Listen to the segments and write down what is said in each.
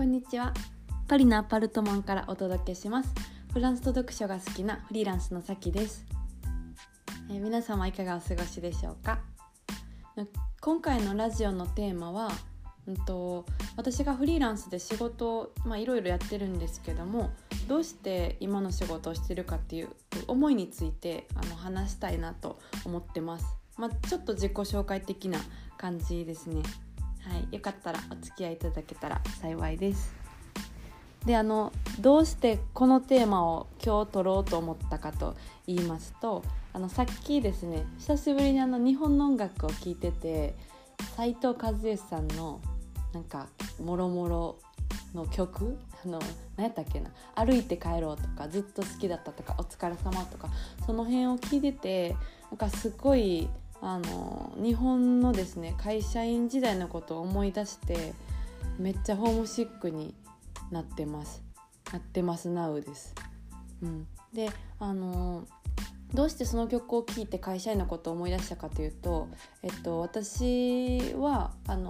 こんにちは。パリのアパルトマンからお届けします。フランスと読書が好きなフリーランスのさきです。皆様いかがお過ごしでしょうか。今回のラジオのテーマは、私がフリーランスで仕事をいろいろやってるんですけども、どうして今の仕事をしてるかっていう思いについて話したいなと思ってます。ちょっと自己紹介的な感じですね。はい、よかったらお付き合いいただけたら幸いです。で、どうしてこのテーマを今日取ろうと思ったかと言いますと、さっきですね、久しぶりに日本の音楽を聴いてて、斉藤和義さんのもろもろの曲、何やったっけな、歩いて帰ろうとか、ずっと好きだったとか、お疲れ様とか、その辺を聞いてて、すごい日本のですね、会社員時代のことを思い出して、めっちゃホームシックになってますなうです。で、どうしてその曲を聴いて会社員のことを思い出したかというと、私は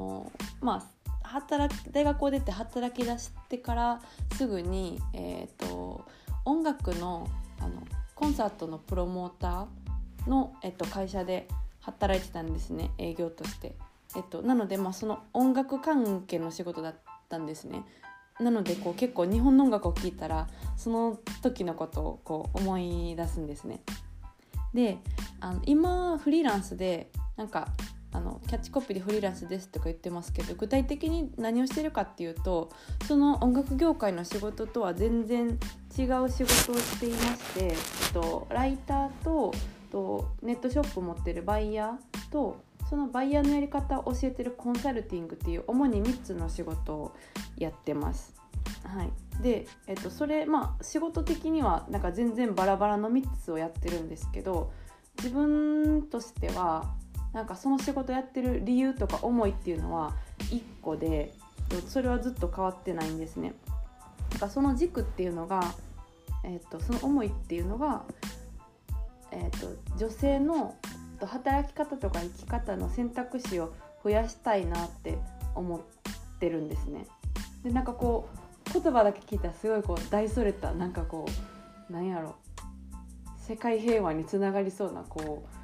大学を出て働き出してからすぐに、音楽の、コンサートのプロモーターの、会社で働いてたんですね、営業として。なので、その音楽関係の仕事だったんですね。なので結構日本の音楽を聴いたらその時のことを思い出すんですね。で、今フリーランスでキャッチコピーでフリーランスですとか言ってますけど、具体的に何をしてるかっていうと、その音楽業界の仕事とは全然違う仕事をしていまして、ライターとネットショップ持ってるバイヤーと、そのバイヤーのやり方を教えてるコンサルティングっていう主に3つの仕事をやってます。はい。で、それ仕事的には全然バラバラの3つをやってるんですけど、自分としてはその仕事やってる理由とか思いっていうのは1個で、それはずっと変わってないんですね。その軸っていうのが、その思いっていうのが、女性の働き方とか生き方の選択肢を増やしたいなって思ってるんですね。で、言葉だけ聞いたらすごい大それたなんやろ、世界平和につながりそうな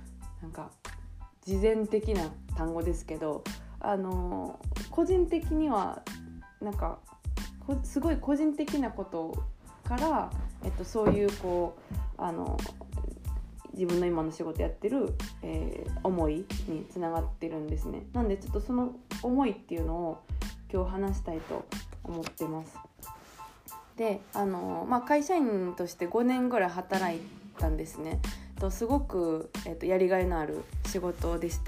慈善的な単語ですけど、個人的にはすごい個人的なことから、そういう自分の今の仕事やってる、思いにつながってるんですね。なんでちょっとその思いっていうのを今日話したいと思ってます。で、会社員として5年ぐらい働いたんですね。すごく、やりがいのある仕事でした。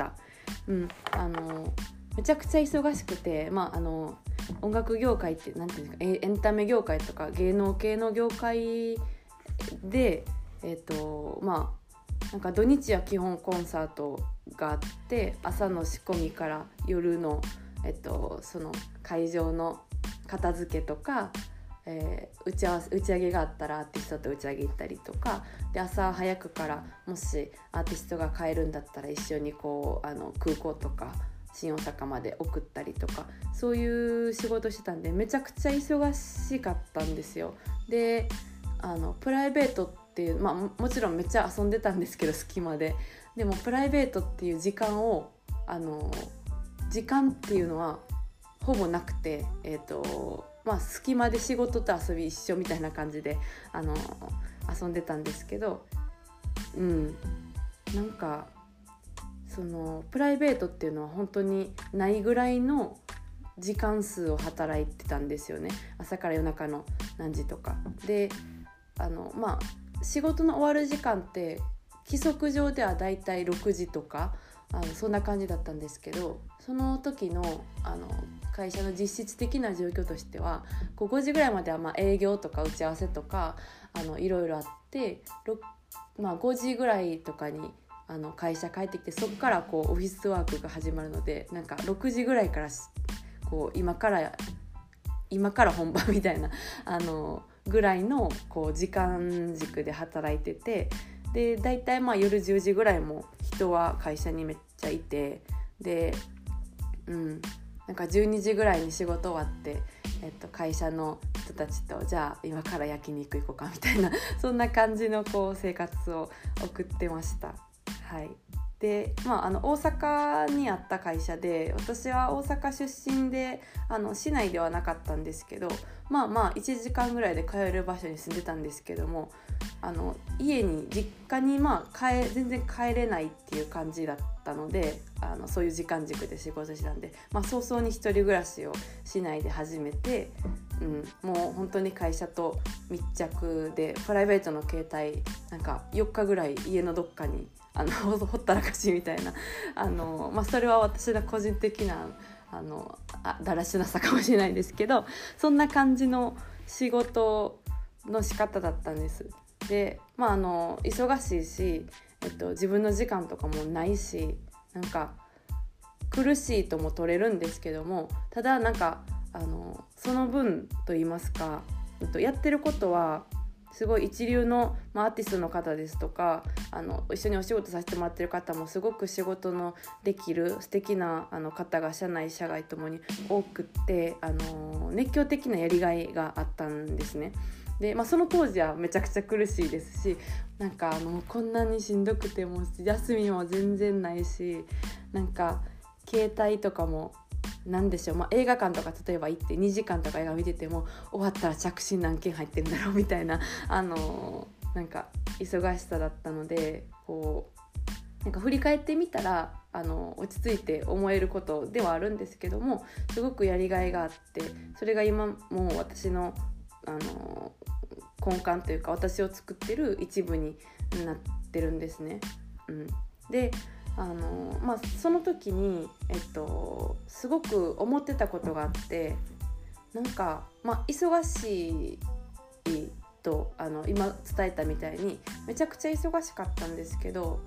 めちゃくちゃ忙しくて、音楽業界ってなんていうんですか、エンタメ業界とか芸能系の業界で、土日は基本コンサートがあって、朝の仕込みから夜の、その会場の片付けとか、打ち上げがあったらアーティストと打ち上げ行ったりとかで、朝早くからもしアーティストが帰るんだったら一緒に空港とか新大阪まで送ったりとか、そういう仕事してたんで、めちゃくちゃ忙しかったんですよ。で、プライベートっていう、もちろんめっちゃ遊んでたんですけど、隙間でもプライベートっていう時間っていうのはほぼなくて、隙間で仕事と遊び一緒みたいな感じで遊んでたんですけど、そのプライベートっていうのは本当にないぐらいの時間数を働いてたんですよね。朝から夜中の何時とかで、仕事の終わる時間って規則上ではだいたい6時とかそんな感じだったんですけど、その時の会社の実質的な状況としては、5時ぐらいまでは営業とか打ち合わせとかいろいろあって、5時ぐらいとかに会社帰ってきて、そこからオフィスワークが始まるので、6時ぐらいから今から本番みたいなぐらいの時間軸で働いてて、でだいたい夜10時ぐらいも人は会社にめっちゃいて、で12時ぐらいに仕事終わって会社の人たちとじゃあ今から焼肉行こうかみたいなそんな感じの生活を送ってました。はい。で、大阪にあった会社で、私は大阪出身で市内ではなかったんですけど、1時間ぐらいで帰れる場所に住んでたんですけども、実家に全然帰れないっていう感じだったので、そういう時間軸で仕事してたんで、早々に一人暮らしを市内で始めて、もう本当に会社と密着で、プライベートの携帯4日ぐらい家のどっかにほったらかしみたいなそれは私の個人的なだらしなさかもしれないですけど、そんな感じの仕事の仕方だったんです。で、忙しいし、自分の時間とかもないし、苦しいとも取れるんですけども、ただその分と言いますか、やってることはすごい一流の、アーティストの方ですとか、一緒にお仕事させてもらってる方もすごく仕事のできる素敵な方が社内社外ともに多くって、熱狂的なやりがいがあったんですね。で、その当時はめちゃくちゃ苦しいですし、こんなにしんどくても休みも全然ないし、携帯とかも映画館とか例えば行って2時間とか映画見てても、終わったら着信何件入ってるんだろうみたいな忙しさだったので、振り返ってみたら落ち着いて思えることではあるんですけども、すごくやりがいがあって、それが今もう私の根幹というか、私を作ってる一部になってるんですね。で、その時に、すごく思ってたことがあって、忙しいと今伝えたみたいにめちゃくちゃ忙しかったんですけど、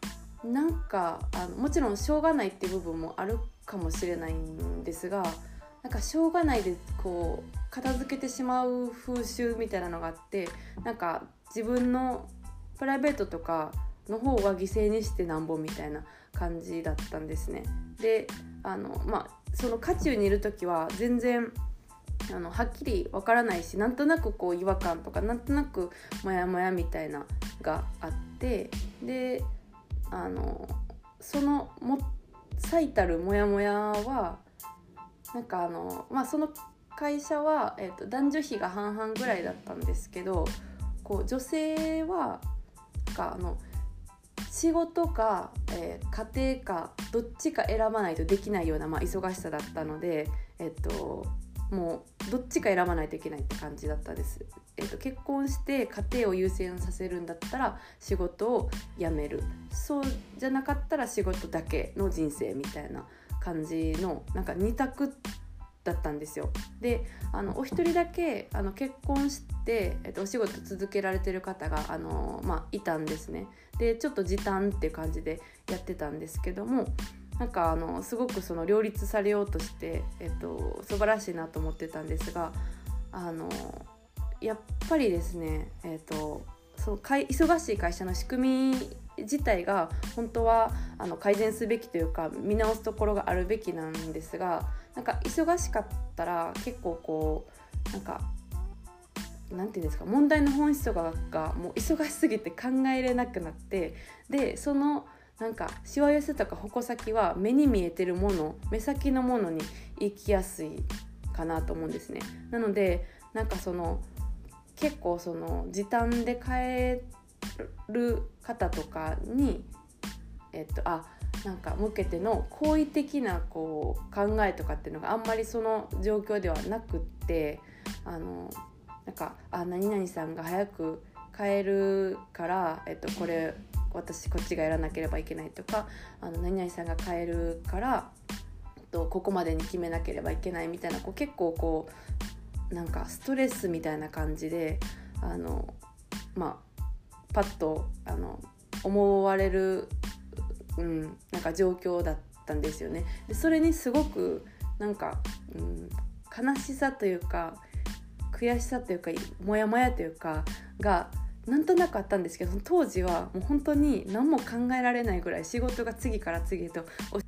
もちろんしょうがないっていう部分もあるかもしれないんですが、しょうがないで片付けてしまう風習みたいなのがあって、自分のプライベートとかの方は犠牲にしてなんぼみたいな感じだったんですね。で、その渦中にいる時は全然はっきりわからないし、なんとなく違和感とかなんとなくモヤモヤみたいながあって、でその最たるモヤモヤはその会社は、男女比が半々ぐらいだったんですけど、女性は仕事か、家庭かどっちか選ばないとできないような、忙しさだったので、もうどっちか選ばないといけないって感じだったんです。結婚して家庭を優先させるんだったら仕事を辞める、そうじゃなかったら仕事だけの人生みたいな感じの二択だったんですよ。で、お一人だけ結婚して、お仕事続けられてる方がいたんですね。で、ちょっと時短っていう感じでやってたんですけども、すごくその両立されようとして、素晴らしいなと思ってたんですが、やっぱりですね、忙しい会社の仕組み自体が本当は改善すべきというか、見直すところがあるべきなんですが、忙しかったら結構なんていうんですか、問題の本質とかがもう忙しすぎて考えれなくなって、でそのしわ寄せとか矛先は目に見えてるもの、目先のものに行きやすいかなと思うんですね。なので結構時短で変える方とかに向けての好意的な考えとかっていうのがあんまりその状況ではなくって、何々さんが早く帰るから、私こっちがやらなければいけないとか、何々さんが帰るからここまでに決めなければいけないみたいな、結構ストレスみたいな感じでパッと思われる、状況だったんですよね。でそれにすごく悲しさというか悔しさというかモヤモヤというかがなんとなくあったんですけど、当時はもう本当に何も考えられないぐらい仕事が次から次へと押